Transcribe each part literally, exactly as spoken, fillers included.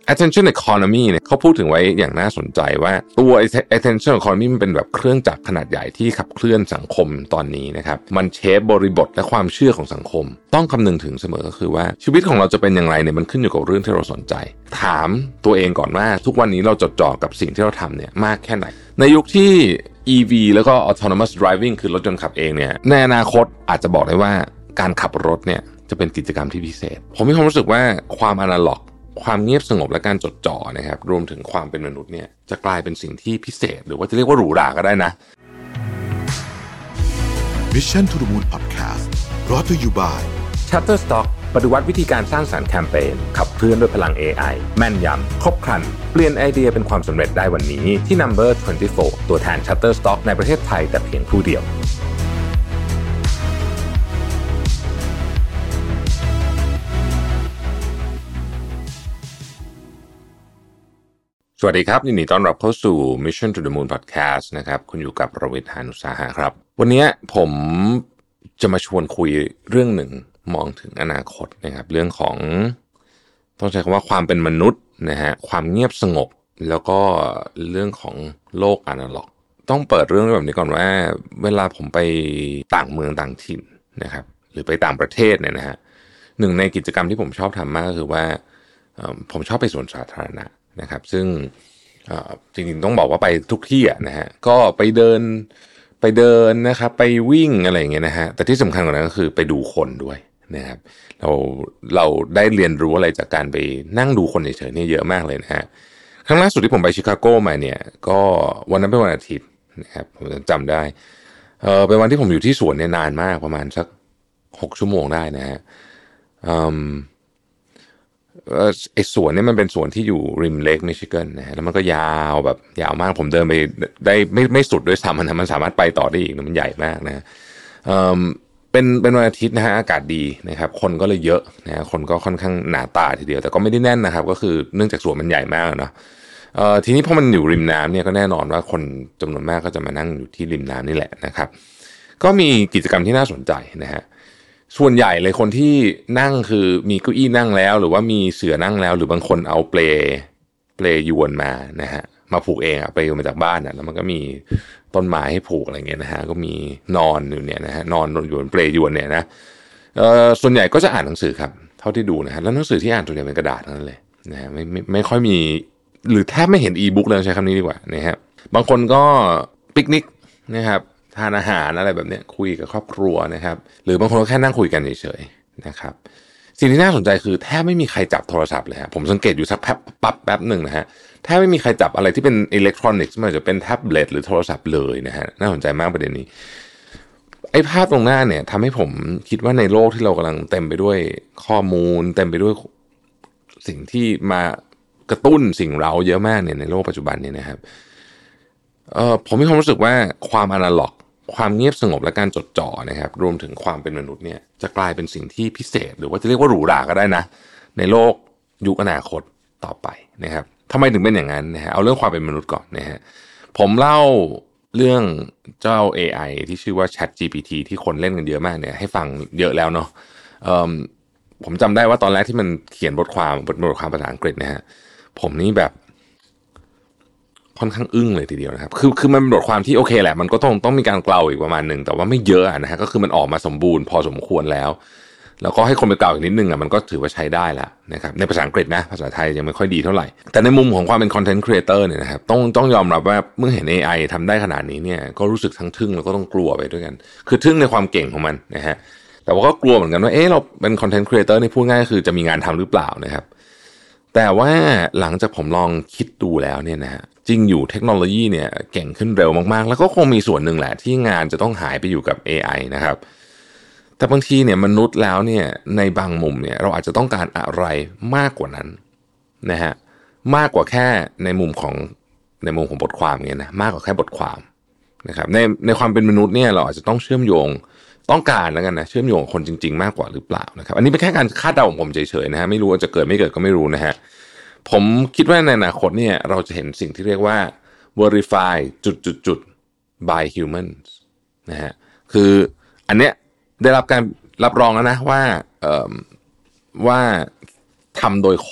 attention economy เนี่ยเขาพูดถึงไว้อย่างน่าสนใจว่าตัว attention economy มันเป็นแบบเครื่องจักรขนาดใหญ่ที่ขับเคลื่อนสังคมตอนนี้นะครับมันเชฟบริบทและความเชื่อของสังคมต้องคำนึงถึงเสมอก็คือว่าชีวิตของเราจะเป็นอย่างไรเนี่ยมันขึ้นอยู่กับเรื่องที่เราสนใจถามตัวเองก่อนว่าทุกวันนี้เราจดจ่อกับสิ่งที่เราทำเนี่ยมากแค่ไหนในยุคที่ อี วี แล้วก็ autonomous driving คือรถยนต์ขับเองเนี่ยในอนาคตอาจจะบอกได้ว่าการขับรถเนี่ยจะเป็นกิจกรรมที่พิเศษผมมีความรู้สึกว่าความอนาล็อกความเงียบสงบและการจดจ่อนะครับรวมถึงความเป็นมนุษย์เนี่ยจะกลายเป็นสิ่งที่พิเศษหรือว่าจะเรียกว่าหรูหราก็ได้นะ Mission to the Moon Podcast brought to you by Shutterstock ปฏิวัติวิธีการสร้างสรรค์แคมเปญขับเคลื่อนด้วยพลัง เอ ไอ แม่นยำครบครันเปลี่ยนไอเดียเป็นความสำเร็จได้วันนี้ที่ Number ยี่สิบสี่ ตัวแทน Shutterstock ในประเทศไทยแต่เพียงผู้เดียวสวัสดีครับยินดีต้อนรับเข้าสู่ Mission to the Moon Podcast นะครับคุณอยู่กับประวิทย์ หาญอุตสาหะครับวันนี้ผมจะมาชวนคุยเรื่องหนึ่งมองถึงอนาคตนะครับเรื่องของต้องใช้คำว่าความเป็นมนุษย์นะฮะความเงียบสงบแล้วก็เรื่องของโลกอนาล็อกต้องเปิดเรื่องแบบนี้ก่อนว่าเวลาผมไปต่างเมืองต่างถิ่นนะครับหรือไปต่างประเทศเนี่ยนะฮะหนึ่งในกิจกรรมที่ผมชอบทำมากก็คือว่าผมชอบไปสวนสาธารณะนะครับซึ่งจริงๆต้องบอกว่าไปทุกที่อ่ะนะฮะก็ไปเดินไปเดินนะครับไปวิ่งอะไรอย่างเงี้ยนะฮะแต่ที่สำคัญกว่านั้นก็คือไปดูคนด้วยนะครับเราเราได้เรียนรู้อะไรจากการไปนั่งดูคนเฉยๆเนี่ยเยอะมากเลยนะฮะครั้งล่าสุดที่ผมไปชิคาโกมาเนี่ยก็วันนั้นเป็นวันอาทิตย์นะครับผมจำได้เออเป็นวันที่ผมอยู่ที่สวนเนี่ยนานมากประมาณสักหกชั่วโมงได้นะฮะไอ้สวนนี่มันเป็นสวนที่อยู่ริมเลคมิชิแกนนะฮะแล้วมันก็ยาวแบบยาวมากผมเดินไปได้ไม่ไม่สุดด้วยซ้ำนะมันสามารถไปต่อได้อีกมันใหญ่มากนะเอ่อเป็นเป็นวันอาทิตย์นะฮะอากาศดีนะครับคนก็เลยเยอะนะฮะคนก็ค่อนข้างหนาตาทีเดียวแต่ก็ไม่ได้แน่นนะครับก็คือเนื่องจากสวนมันใหญ่มากเนาะเอ่อทีนี้พอมันอยู่ริมน้ำเนี่ยก็แน่นอนว่าคนจำนวนมากก็จะมานั่งอยู่ที่ริมน้ำนี่แหละนะครับก็มีกิจกรรมที่น่าสนใจนะฮะส่วนใหญ่เลยคนที่นั่งคือมีเก้าอี้นั่งแล้วหรือว่ามีเสื่อนั่งแล้วหรือบางคนเอาเปลเปลยวนมานะฮะมาผูกเองอะเปลยวนมาจากบ้านอะแล้วมันก็มีต้นไม้ให้ผูกอะไรเงี้ยนะฮะก็มีนอนอยู่เนี่ยนะฮะนอนอยู่บนเปลยวนเนี่ยนะเอ่อส่วนใหญ่ก็จะอ่านหนังสือครับเท่าที่ดูนะฮะแล้วหนังสือที่อ่านส่วนใหญ่เป็นกระดาษทั้งนั้นเลยนะฮะไม่ไม่ไม่ค่อยมีหรือแทบไม่เห็นอีบุ๊กเลยใช้คำนี้ดีกว่านะฮะบางคนก็ปิกนิกนะครับทานอาหารอะไรแบบเนี้ยคุยกับครอบครัวนะครับหรือบางคนก็แค่นั่งคุยกันเฉยๆนะครับสิ่งที่น่าสนใจคือแทบไม่มีใครจับโทรศัพท์เลยฮะผมสังเกตอยู่สักแป๊บปั๊บแป๊บหนึ่งนะฮะแทบไม่มีใครจับอะไรที่เป็นอิเล็กทรอนิกส์ไม่ว่าจะเป็นแท็บเล็ตหรือโทรศัพท์เลยนะฮะน่าสนใจมากประเด็นนี้ไอ้ภาพตรงหน้าเนี่ยทำให้ผมคิดว่าในโลกที่เรากำลังเต็มไปด้วยข้อมูลเต็มไปด้วยสิ่งที่มากระตุ้นสิ่งเราเยอะมากเนี่ยในโลกปัจจุบันเนี่ยนะครับเอ่อผมมีความรู้สึกว่าความอนาล็อกความเงียบสงบและการจดจ่อนะครับรวมถึงความเป็นมนุษย์เนี่ยจะกลายเป็นสิ่งที่พิเศษหรือว่าจะเรียกว่าหรูหราก็ได้นะในโลกยุคอนาคตต่อไปนะครับทำไมถึงเป็นอย่างนั้นนะฮะเอาเรื่องความเป็นมนุษย์ก่อนนะฮะผมเล่าเรื่องเจ้า เอ ไอ ที่ชื่อว่า Chat จี พี ที ที่คนเล่นกันเยอะมากเนี่ยให้ฟังเยอะแล้วเนาะผมจำได้ว่าตอนแรกที่มันเขียนบทความบทบทความภาษาอังกฤษนะฮะผมนี่แบบค่อนข้างอึ้งเลยทีเดียวนะครับคือคือมันเป็นบทความที่โอเคแหละมันก็ต้องต้องมีการเกลาอีกประมาณนึงแต่ว่าไม่เยอะนะฮะก็คือมันออกมาสมบูรณ์พอสมควรแล้วแล้วก็ให้คนไปเกลาอีกนิดนึงอ่ะมันก็ถือว่าใช้ได้แล้วนะครับในภาษาอังกฤษนะภาษาไทยยังไม่ค่อยดีเท่าไหร่แต่ในมุมของความเป็นคอนเทนต์ครีเอเตอร์เนี่ยนะครับต้องต้องยอมรับว่าเมื่อเห็น เอ ไอ ทำได้ขนาดนี้เนี่ยก็รู้สึกทั้งทึ่งแล้วก็ต้องกลัวไปด้วยกันคือทึ่งในความเก่งของมันนะฮะแต่ว่าก็กลัวเหมือนกันว่าเอ๊ะเราเป็นคอนเทนต์ครีเอเตอร์นี่พูดง่ายคือจะมีงานทำหรือเปล่านะครับแต่ว่าหลังจากผมลองคิดดูแล้วเนี่ยนะฮะจริงอยู่เทคโนโลยีเนี่ยเก่งขึ้นเร็วมากๆแล้วก็คงมีส่วนหนึ่งแหละที่งานจะต้องหายไปอยู่กับ เอ ไอ นะครับแต่บางทีเนี่ยมนุษย์แล้วเนี่ยในบางมุมเนี่ยเราอาจจะต้องการอะไรมากกว่านั้นนะฮะมากกว่าแค่ในมุมของในมุมของบทความเนี่ยนะมากกว่าแค่บทความนะครับในในความเป็นมนุษย์เนี่ยเราอาจจะต้องเชื่อมโยงต้องการแล้วกันนะเชื่อมโยงคนจริงๆมากกว่าหรือเปล่านะครับอันนี้เป็นแค่การคาดเดาของผมเฉยๆนะฮะไม่รู้ว่าจะเกิดไม่เกิดก็ไม่รู้นะฮะผมคิดว่าในอนาคตเนี่ยเราจะเห็นสิ่งที่เรียกว่า verify จุดๆๆ by humans นะฮะคืออันเนี้ยได้รับการรับรองแล้วนะว่าเอ่อว่าทำโดยคน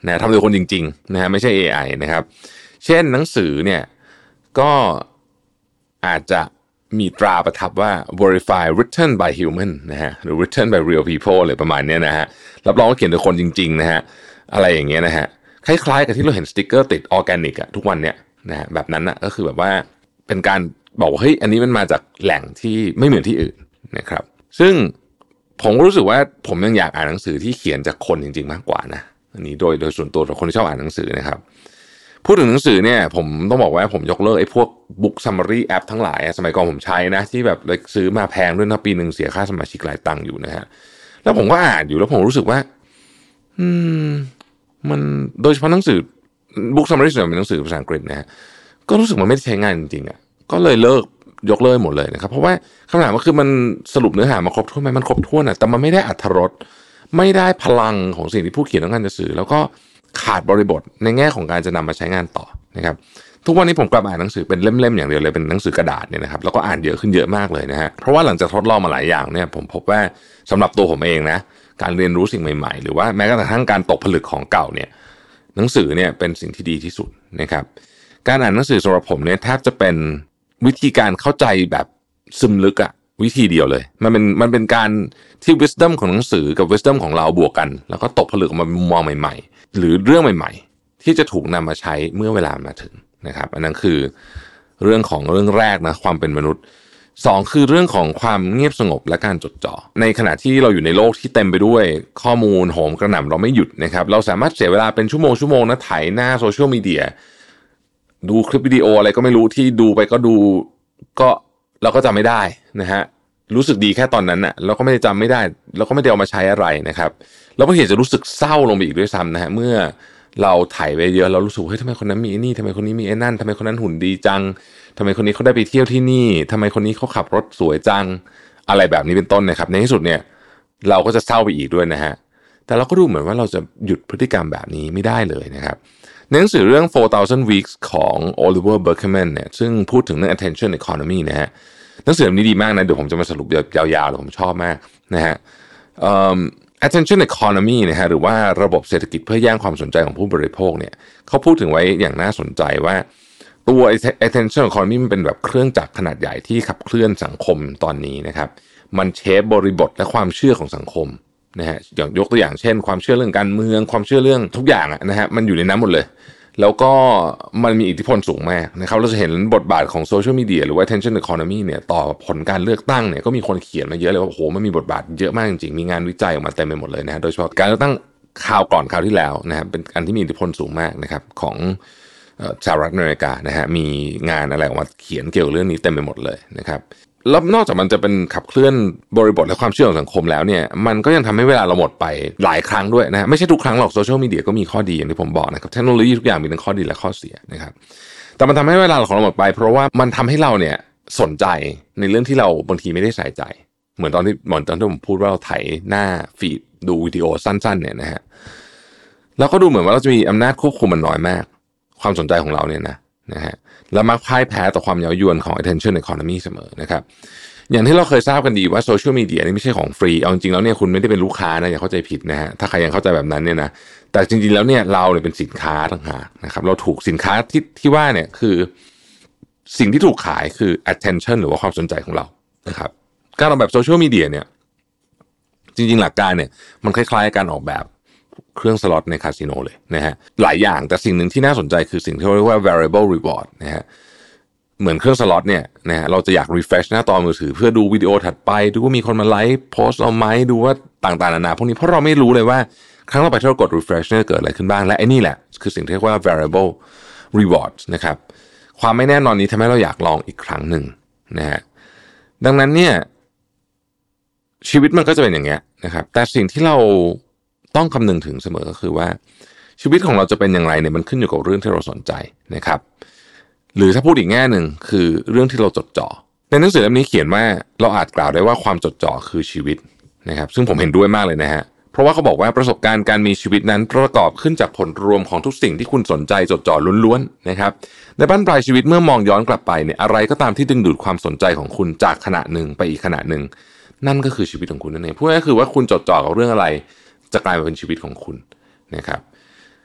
นะทำโดยคนจริงๆนะฮะไม่ใช่ เอ ไอ นะครับเช่นหนังสือเนี่ยก็อาจจะมีตราประทับว่า verify written by human นะฮะหรือ written by real people อะไรประมาณนี้นะฮะรับรองว่าเขียนโดยคนจริงๆนะฮะอะไรอย่างเงี้ยนะฮะคล้ายๆกับที่เราเห็นสติ๊กเกอร์ติดออร์แกนิกอะทุกวันเนี่ยนะฮะแบบนั้นอะก็คือแบบว่าเป็นการบอกว่าเฮ้ยอันนี้มันมาจากแหล่งที่ไม่เหมือนที่อื่นนะครับซึ่งผมก็รู้สึกว่าผมยังอยากอ่านหนังสือที่เขียนจากคนจริงๆมากกว่านะอันนี้โดยโดยส่วนตัวของคนที่ชอบอ่านหนังสือนะครับพูดถึงหนังสือเนี่ยผมต้องบอกว่าผมยกเลิกไอ้พวก book summary app ทั้งหลายสมัยก่อนผมใช้นะที่แบบซื้อมาแพงด้วยนะปีหนึ่งเสียค่าสมาชิกหลายตังค์อยู่นะฮะแล้วผมก็อ่านอยู่แล้วผมรู้สึกว่าอืมมันโดยเฉพาะหนังสือ book summary ส่วนใหญ่เป็นหนังสือภาษาอังกฤษนะฮะก็รู้สึกมันไม่ได้ใช้งานจริงๆอ่ะก็เลยเลิกยกเลิกหมดเลยนะครับเพราะว่าคำถามก็คือมันสรุปเนื้อหามาครบถ้วนไหมมันครบถ้วนอ่ะแต่มันไม่ได้อรรถรสไม่ได้พลังของสิ่งที่ผู้เขียนต้องการจะสื่อแล้วก็ขาดบริบทในแง่ของการจะนำมาใช้งานต่อนะครับทุกวันนี้ผมกลับอ่านหนังสือเป็นเล่มๆอย่างเดียวเลยเป็นหนังสือกระดาษเนี่ยนะครับแล้วก็อ่านเยอะขึ้นเยอะมากเลยนะฮะเพราะว่าหลังจากทดลองมาหลายอย่างเนี่ยผมพบว่าสำหรับตัวผมเองนะการเรียนรู้สิ่งใหม่ๆหรือว่าแม้กระทั่งการตกผลึกของเก่าเนี่ยหนังสือเนี่ยเป็นสิ่งที่ดีที่สุดนะครับการอ่านหนังสือสำหรับผมเนี่ยแทบจะเป็นวิธีการเข้าใจแบบซึมลึกอะวิธีเดียวเลยมันเป็นมันเป็นการที่ wisdom ของหนังสือกับ wisdom ของเราบวกกันแล้วก็ตกผลึกออกมามุมมองใหม่ๆหรือเรื่องใหม่ๆที่จะถูกนำมาใช้เมื่อเวลามาถึงนะครับอันนั้นคือเรื่องของเรื่องแรกนะความเป็นมนุษย์สองคือเรื่องของความเงียบสงบและการจดจ่อในขณะที่เราอยู่ในโลกที่เต็มไปด้วยข้อมูลโหมกระหน่ำเราไม่หยุดนะครับเราสามารถเสียเวลาเป็นชั่วโมงชั่วโมงนะไถหน้าโซเชียลมีเดียดูคลิปวิดีโออะไรก็ไม่รู้ที่ดูไปก็ดูก็เราก็จำไม่ได้นะฮะรู้สึกดีแค่ตอนนั้นน่ะเราก็ไม่ได้จำไม่ได้เราก็ไม่ได้เอามาใช้อะไรนะครับเราก็เห็นจะรู้สึกเศร้าลงไปอีกด้วยซ้ำนะฮะเมื่อเราถ่ายไปเยอะเรารู้สึกเฮ้ยทำไมคนนั้นมีไอ้นี่ทำไมคนนี้มีไอ้นั่นทำไมคนนั้นหุ่นดีจังทำไมคนนี้เขาได้ไปเที่ยวที่นี่ทำไมคนนี้เขาขับรถสวยจังอะไรแบบนี้เป็นต้นนะครับในที่สุดเนี่ยเราก็จะเศร้าไปอีกด้วยนะฮะแต่เราก็ดูเหมือนว่าเราจะหยุดพฤติกรรมแบบนี้ไม่ได้เลยนะครับในหนังสือเรื่อง four thousand weeks ของ Oliver Burkeman เนี่ยซึ่งพูดถึงเรื่อง attention economy นะฮะหนังสือเล่มนี้ดีมากนะเดี๋ยวผมจะมาสรุปยาวๆเลยผมชอบมากนะฮะ um, attention economy นะฮะหรือว่าระบบเศรษฐกิจเพื่อแย่งความสนใจของผู้บริโภคเนี่ยเขาพูดถึงไว้อย่างน่าสนใจว่าตัว attention economy มันเป็นแบบเครื่องจักรขนาดใหญ่ที่ขับเคลื่อนสังคมตอนนี้นะครับมันเชฟบริบทและความเชื่อของสังคมนะฮะอย่างยกตัวอย่างเช่นความเชื่อเรื่องการเมืองความเชื่อเรื่องทุกอย่างนะฮะมันอยู่ในนั้นหมดเลยแล้วก็มันมีอิทธิพลสูงมากนะครับเราจะเห็นบทบาทของโซเชียลมีเดียหรือว่า attention economy เนี่ยต่อผลการเลือกตั้งเนี่ยก็มีคนเขียนมาเยอะเลยว่าโอ้โหมันมีบทบาทเยอะมากจริงๆมีงานวิจัยออกมาเต็มไปหมดเลยนะโดยเฉพาะการเลือกตั้งคราวก่อนคราวที่แล้วนะครับเป็นอันที่มีอิทธิพลสูงมากนะครับของสหรัฐอเมริกานะฮะมีงานอะไรออกมาเขียนเกี่ยวกับเรื่องนี้เต็มไปหมดเลยนะครับแล้วนอกจากมันจะเป็นขับเคลื่อนบริบทและความเชื่อของสังคมแล้วเนี่ยมันก็ยังทำให้เวลาเราหมดไปหลายครั้งด้วยนะไม่ใช่ทุกครั้งหรอกโซเชียลมีเดียก็มีข้อดีอย่างที่ผมบอกนะครับเทคโนโลยีทุกอย่างมีทั้งข้อดีและข้อเสียนะครับแต่มันทำให้เวลาของเราหมดไปเพราะว่ามันทำให้เราเนี่ยสนใจในเรื่องที่เราบางทีไม่ได้ใส่ใจเหมือนตอนที่เหมือนตอนที่ผมพูดว่าเราไถหน้าฟีดดูวิดีโอสั้นๆเนี่ยนะฮะแล้วก็ดูเหมือนว่าเราจะมีอำนาจควบคุมมันน้อยมากความสนใจของเราเนี่ยนะนะฮะแล้วมักพ่ายแพ้ต่อความเย้ายวนของ attention economy เสมอนะครับอย่างที่เราเคยทราบกันดีว่าโซเชียลมีเดียนี่ไม่ใช่ของฟรีเอาจริงๆแล้วเนี่ยคุณไม่ได้เป็นลูกค้านะอย่าเข้าใจผิดนะฮะถ้าใครยังเข้าใจแบบนั้นเนี่ยนะแต่จริงๆแล้วเนี่ยเราเนี่ยเป็นสินค้าต่างหากนะครับเราถูกสินค้าที่ที่ว่าเนี่ยคือสิ่งที่ถูกขายคือ attention หรือว่าความสนใจของเรานะครับการออกแบบโซเชียลมีเดียเนี่ยจริงๆหลักการเนี่ยมันคล้ายๆการออกแบบเครื่องสล็อตในคาสิโนเลยนะฮะหลายอย่างแต่สิ่งหนึ่งที่น่าสนใจคือสิ่งที่เรียกว่า variable reward นะฮะเหมือนเครื่องสล็อตเนี่ยนะฮะเราจะอยาก refresh หน้าจอมือถือเพื่อดูวิดีโอถัดไปดูว่ามีคนมาไลค์โพสต์เราไหมดูว่าต่างๆนานาพวกนี้เพราะเราไม่รู้เลยว่าครั้งต่อไปที่เรากด refresh เนี่ยเกิดอะไรขึ้นบ้างและไอ้นี่แหละคือสิ่งที่เรียกว่า variable reward นะครับความไม่แน่นอนนี้ทำให้เราอยากลองอีกครั้งหนึ่งนะฮะดังนั้นเนี่ยชีวิตมันก็จะเป็นอย่างเงี้ยนะครับแต่สิ่งที่เราต้องคำนึงถึงเสมอก็คือว่าชีวิตของเราจะเป็นอย่างไรเนี่ยมันขึ้นอยู่กับเรื่องที่เราสนใจนะครับหรือถ้าพูดอีกแง่หนึ่งคือเรื่องที่เราจดจ่อในหนังสือเล่มนี้เขียนว่าเราอาจกล่าวได้ว่าความจดจ่อคือชีวิตนะครับซึ่งผมเห็นด้วยมากเลยนะฮะเพราะว่าเขาบอกว่าประสบการณ์การมีชีวิตนั้นประกอบขึ้นจากผลรวมของทุกสิ่งที่คุณสนใจจดจ่อล้วนๆนะครับในบั้นปลายชีวิตเมื่อมองย้อนกลับไปเนี่ยอะไรก็ตามที่ดึงดูดความสนใจของคุณจากขณะหนึ่งไปอีกขณะหนึ่งนั่นก็คือชีวิตของคุณนั่นเองพูดง่ายๆคือว่าคุณจดจ่อกับเรื่องอะไรจะกลายมาเป็นชีวิตของคุณนะครับ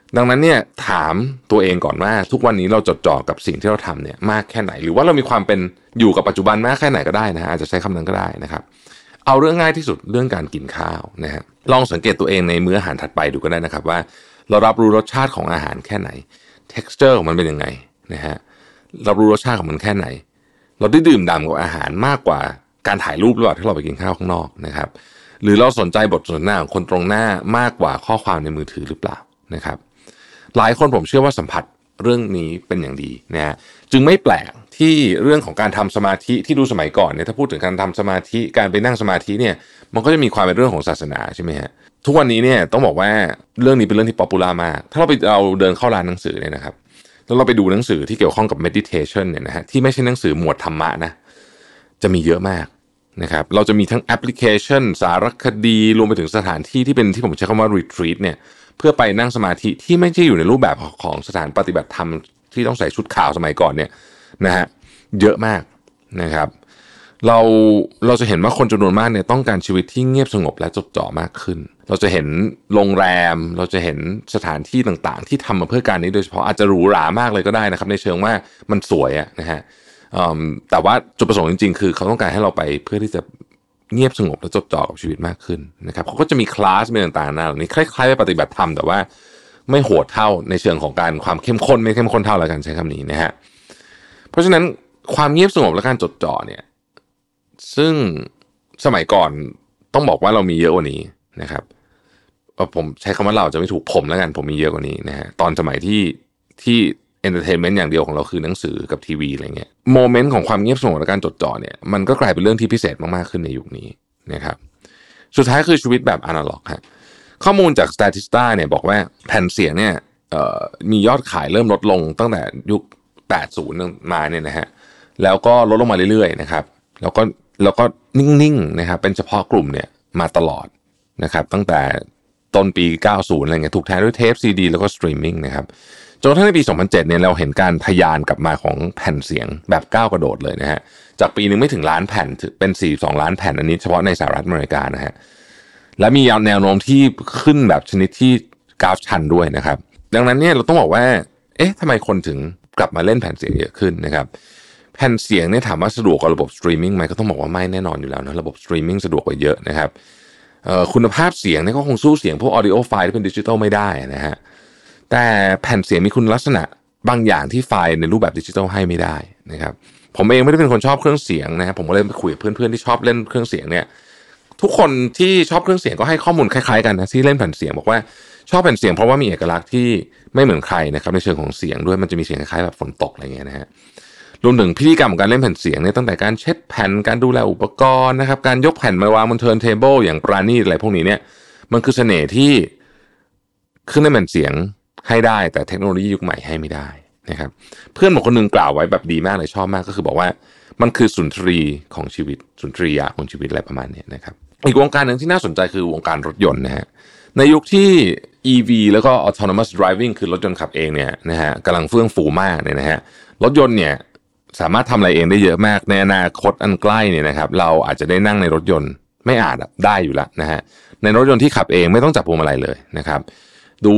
ดังนั้นเนี่ยถามตัวเองก่อนว่าทุกวันนี้เราจดจ่อกับสิ่งที่เราทำเนี่ยมากแค่ไหนหรือว่าเรามีความเป็นอยู่กับปัจจุบันมากแค่ไหนก็ได้นะอาจจะใช้คำนั้นก็ได้นะครับเอาเรื่องง่ายที่สุดเรื่องการกินข้าวนะฮะลองสังเกตตัวเองในมื้ออาหารถัดไปดูก็ได้นะครับว่าเรารับรู้รสชาติของอาหารแค่ไหน texture ของมันเป็นยังไงนะฮะรับรู้รสชาติของมันแค่ไหนเราได้ดื่มด่ำกับอาหารมากกว่าการถ่ายรูปหรือเปล่าถ้าเราไปกินข้าวข้างนอกนะครับหรือเราสนใจบทสนทนาของคนตรงหน้ามากกว่าข้อความในมือถือหรือเปล่านะครับหลายคนผมเชื่อว่าสัมผัสเรื่องนี้เป็นอย่างดีนะฮะจึงไม่แปลกที่เรื่องของการทำสมาธิที่ดูสมัยก่อนเนี่ยถ้าพูดถึงการทำสมาธิการไปนั่งสมาธิเนี่ยมันก็จะมีความเป็นเรื่องของศาสนาใช่ไหมฮะทุกวันนี้เนี่ยต้องบอกว่าเรื่องนี้เป็นเรื่องที่ป๊อปปูล่ามากถ้าเราไปเราเดินเข้าร้านหนังสือเนี่ยนะครับแล้วเราไปดูหนังสือที่เกี่ยวข้องกับ meditation เนี่ยนะฮะที่ไม่ใช่หนังสือหมวดธรรมะนะจะมีเยอะมากนะครับเราจะมีทั้งแอปพลิเคชันสารคดีรวมไปถึงสถานที่ที่เป็นที่ผมใช้คำว่า retreat เนี่ยเพื่อไปนั่งสมาธิที่ไม่ใช่อยู่ในรูปแบบของสถานปฏิบัติธรรมที่ต้องใส่ชุดขาวสมัยก่อนเนี่ยนะฮะเยอะมากนะครับเราเราจะเห็นว่าคนจำนวนมากเนี่ยต้องการชีวิตที่เงียบสงบและจดจ่อมากขึ้นเราจะเห็นโรงแรมเราจะเห็นสถานที่ต่างๆที่ทำมาเพื่อการนี้โดยเฉพาะอาจจะหรูหรามากเลยก็ได้นะครับในเชิงว่ามันสวยอะนะฮะแต่ว่าจุดประสงค์จริงๆคือเขาต้องการให้เราไปเพื่อที่จะเงียบสงบและจดจ่อกับชีวิตมากขึ้นนะครับเขาก็จะมีคลาสเป็นต่างๆนะเหล่านี้คล้ายๆไปปฏิบัติธรรมแต่ว่าไม่โหดเท่าในเชิงของการความเข้มข้นไม่เข้มข้นเท่าแล้วกันใช้คำนี้นะฮะเพราะฉะนั้นความเงียบสงบและการจดจ่อเนี่ยซึ่งสมัยก่อนต้องบอกว่าเรามีเยอะกว่านี้นะครับผมใช้คำว่าเราจะไม่ถูกผมแล้วกันผมมีเยอะกว่านี้นะฮะตอนสมัยที่ที่เอนเตอร์เทนเมนต์อย่างเดียวของเราคือหนังสือกับทีวีอะไรเงี้ยโมเมนต์ของความเงียบสงบและการจดจ่อเนี่ยมันก็กลายเป็นเรื่องที่พิเศษมากๆขึ้นในยุคนี้นะครับสุดท้ายคือชีวิตแบบอนาล็อกฮะข้อมูลจาก Statista เนี่ยบอกว่าแผ่นเสียงเนี่ยมียอดขายเริ่มลดลงตั้งแต่ยุคแปดสิบมาเนี่ยนะฮะแล้วก็ลดลงมาเรื่อยๆนะครับแล้วก็แล้วก็นิ่งๆนะครับเป็นเฉพาะกลุ่มเนี่ยมาตลอดนะครับตั้งแต่ต้นปีเก้าสิบอะไรเงี้ยถูกแทนด้วยเทปซีดีแล้วก็สตรีมมิ่งนะครับจนกระทั่งในปีสองพันเจ็ดเนี่ยเราเห็นการทะยานกลับมาของแผ่นเสียงแบบก้าวกระโดดเลยนะฮะจากปีนึงไม่ถึงล้านแผ่นเป็นสี่สิบสองล้านแผ่นอันนี้เฉพาะในสหรัฐอเมริกานะฮะและมีแนวโน้มที่ขึ้นแบบชนิดที่กราฟชันด้วยนะครับดังนั้นเนี่ยเราต้องบอกว่าเอ๊ะทำไมคนถึงกลับมาเล่นแผ่นเสียงเยอะขึ้นนะครับแผ่นเสียงเนี่ยถามว่าสะดวกกว่าระบบสตรีมมิ่งไหมก็ต้องบอกว่าไม่แน่นอนอยู่แล้วนะระบบสตรีมมิ่งสะดวกกว่าเยอะนะครับคุณภาพเสียงเนี่ยก็คงสู้เสียงพวกออดิโอไฟล์ที่เป็นดิจิตอลไม่ได้นะฮะแต่แผ่นเสียงมีคุณลักษณะบางอย่างที่ไฟล์ในรูปแบบดิจิตอลให้ไม่ได้นะครับผมเองไม่ได้เป็นคนชอบเครื่องเสียงนะครับผมก็เลยไปคุยกับเพื่อนๆที่ชอบเล่นเครื่องเสียงเนี่ยทุกคนที่ชอบเครื่องเสียงก็ให้ข้อมูลคล้ายๆกันนะที่เล่นแผ่นเสียงบอกว่าชอบแผ่นเสียงเพราะว่ามีเอกลักษณ์ที่ไม่เหมือนใครนะครับในเชิงของเสียงด้วยมันจะมีเสียงคล้ายๆแบบฝนตกอะไรเงี้ยนะฮะรวมถึงพิธีกรรมของการเล่นแผ่นเสียงเนี่ยตั้งแต่การเช็ดแผ่นการดูแลอุปกรณ์นะครับการยกแผ่นมาวางบนเทิร์นเทเบิลอย่างปราณีตอะไรพวกนี้เนี่ยมันคือเสน่ห์ที่ขึ้นในแผ่นเสียงให้ได้แต่เทคโนโลยียุคใหม่ให้ไม่ได้นะครับเพื่อนผมคนนึงกล่าวไว้แบบดีมากเลยชอบมากก็คือบอกว่ามันคือสุนทรีของชีวิตสุนทรียะของชีวิตอะไรประมาณนี้นะครับอีกวงการหนึ่งที่น่าสนใจคือวงการรถยนต์นะฮะในยุคที่ อี วี แล้วก็ autonomous driving คือรถยนต์ขับเองเนี่ยนะฮะกำลังเฟื่องฟูมากเนี่ยนะฮะรถยนต์เนี่ยสามารถทำอะไรเองได้เยอะมากในอนาคตอันใกล้เนี่ยนะครับเราอาจจะได้นั่งในรถยนต์ไม่อาจได้อยู่แล้วนะฮะในรถยนต์ที่ขับเองไม่ต้องจับพวงมาลัยเลยนะครับดู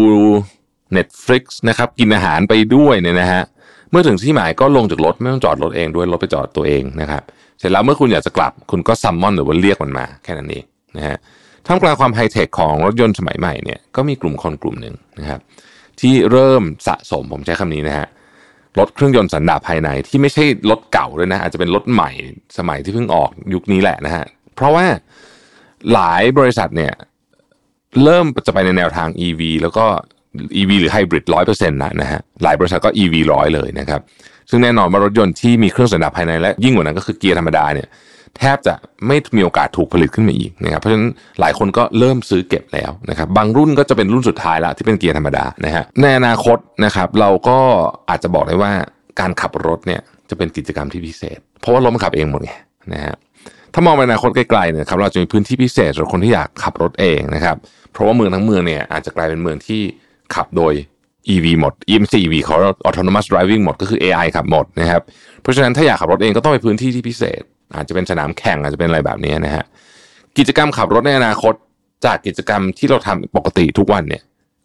Netflix นะครับกินอาหารไปด้วยเนี่ยนะฮะเมื่อถึงที่หมายก็ลงจากรถไม่ต้องจอดรถเองด้วยรถไปจอดตัวเองนะครับเสร็จแล้วเมื่อคุณอยากจะกลับคุณก็ซัมมอนหรือว่าเรียกมันมาแค่นั้นเองนะฮะท่ามกลางความไฮเทคของรถยนต์สมัยใหม่เนี่ยก็มีกลุ่มคนกลุ่มหนึ่งนะครับที่เริ่มสะสมผมใช้คำนี้นะฮะรถเครื่องยนต์สันดาปภายในที่ไม่ใช่รถเก่าด้วยนะอาจจะเป็นรถใหม่สมัยที่เพิ่งออกยุคนี้แหละนะฮะเพราะว่าหลายบริษัทเนี่ยเริ่มจะไปในแนวทาง อี วี แล้วก็ อี วี หรือไฮบริด ร้อยเปอร์เซ็นต์ นะนะฮะหลายบริษัทก็ อี วี ร้อยเลยนะครับซึ่งแน่นอนว่ารถยนต์ที่มีเครื่องสันดาปภายในและยิ่งกว่านั้นก็คือเกียร์ธรรมดาเนี่ยแทบจะไม่มีโอกาสถูกผลิตขึ้นมาอีกนะครับเพราะฉะนั้นหลายคนก็เริ่มซื้อเก็บแล้วนะครับบางรุ่นก็จะเป็นรุ่นสุดท้ายละที่เป็นเกียร์ธรรมดานะฮะในอนาคตนะครับเราก็อาจจะบอกได้ว่าการขับรถเนี่ยจะเป็นกิจกรรมที่พิเศษเพราะว่ารถมันขับเองหมดไงนะฮะถ้ามองไปอนาคตไกลๆเนี่ยครับเราจะมีพื้นที่พิเศษสำหรับคนที่อยากขับรถเองนะครับเพราะว่าเมืองทั้งเมืองเนี่ยอาจจะกลายเป็นเมืองที่ขับโดย อี วี หมด อี เอ็ม ซี อี วี เขา autonomous driving หมดก็คือ เอ ไอ ขับหมดนะครับเพราะฉะนั้นถ้าอยากขับรถเองก็ต้องไปพื้นที่ที่พิเศษอาจจะเป็นสนามแข่งอาจจะเป็นอะไรแบบนี้นะฮะกิจกรรมขับรถในอนาคตจากกิจกรรมที่เราทำปกติทุกวันเนี่ย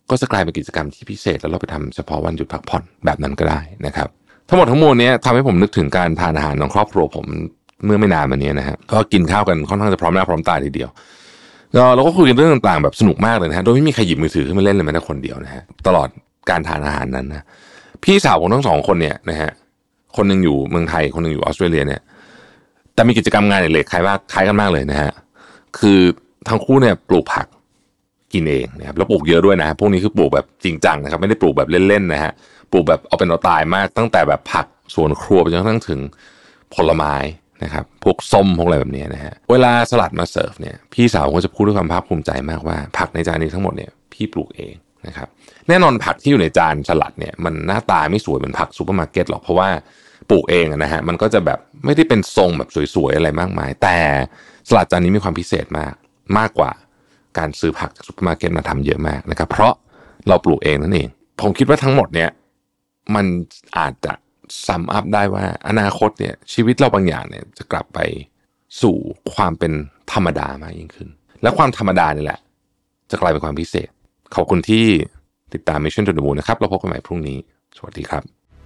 ก็จะกลายเป็นกิจกรรมที่พิเศษแล้วเราไปทำเฉพาะวันหยุดพักผ่อนแบบนั้นก็ได้นะครับทั้งหมดทั้งมวลนี้ทำให้ผมนึกถึงการทานอาหารของครอบครัวผมเมื่อไม่นานมานี้นะฮะก็กินข้าวกันค่อนข้างจะพร้อมหน้าพร้อมตาทีเดียวเราก็คุยกันเรื่องต่างๆแบบสนุกมากเลยนะฮะโดยไม่มีใครหยิบมือถือขึ้นมาเล่นเลยแม้แต่คนเดียวนะฮะตลอดการทานอาหารนั้นนะพี่สาวของทั้งสองคนเนี่ยนะฮะคนนึงอยู่เมืองไทยคนนึงอยู่ออสเตรเลียเนี่ยแต่มีกิจกรรมงานอดิเรกคล้ายมากคล้ายกันมากเลยนะฮะคือทั้งคู่เนี่ยปลูกผักกินเองนะครับแล้วปลูกเยอะด้วยนะพวกนี้คือปลูกแบบจริงจังนะครับไม่ได้ปลูกแบบเล่นๆนะฮะปลูกแบบเอาเป็นเอาตายมากตั้งแต่แบบผักสวนครัวไปจนกระทั่งถึงผลไม้นะครับพวกส้มพวกอะไรแบบนี้นะฮะเวลาสลัดมาเสิร์ฟเนี่ยพี่สาวก็จะพูดด้วยความภาคภูมิใจมากว่าผักในจานนี้ทั้งหมดเนี่ยพี่ปลูกเองนะครับแน่นอนผักที่อยู่ในจานสลัดเนี่ยมันหน้าตาไม่สวยเหมือนผักซูเปอร์มาร์เก็ตหรอกเพราะว่าปลูกเองนะฮะมันก็จะแบบไม่ได้เป็นทรงแบบสวยๆอะไรมากมายแต่สลัดจานนี้มีความพิเศษมากมากกว่าการซื้อผักจากซูเปอร์มาร์เก็ตมาทำเยอะมากนะครับเพราะเราปลูกเองนั่นเองผมคิดว่าทั้งหมดเนี่ยมันอาจจะซัมอัพได้ว่าอนาคตเนี่ยชีวิตเราบางอย่างเนี่ยจะกลับไปสู่ความเป็นธรรมดามากยิ่งขึ้นและความธรรมดานี่แหละจะกลายเป็นความพิเศษขอบคุณที่ติดตาม Mission to the Moon นะครับเราพบกันใหม่พรุ่งนี้สวัสดีครับ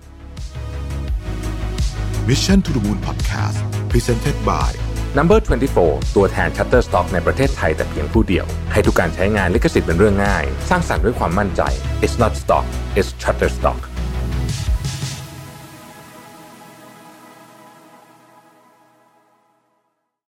Mission to the Moon Podcast Presented by Number ยี่สิบสี่ ตัวแทน Shutterstock ในประเทศไทยแต่เพียงผู้เดียวให้ทุกการใช้งานลิขสิทธิ์เป็นเรื่องง่ายสร้างสรรค์ด้วยความมั่นใจ It's not stock, it's Shutterstock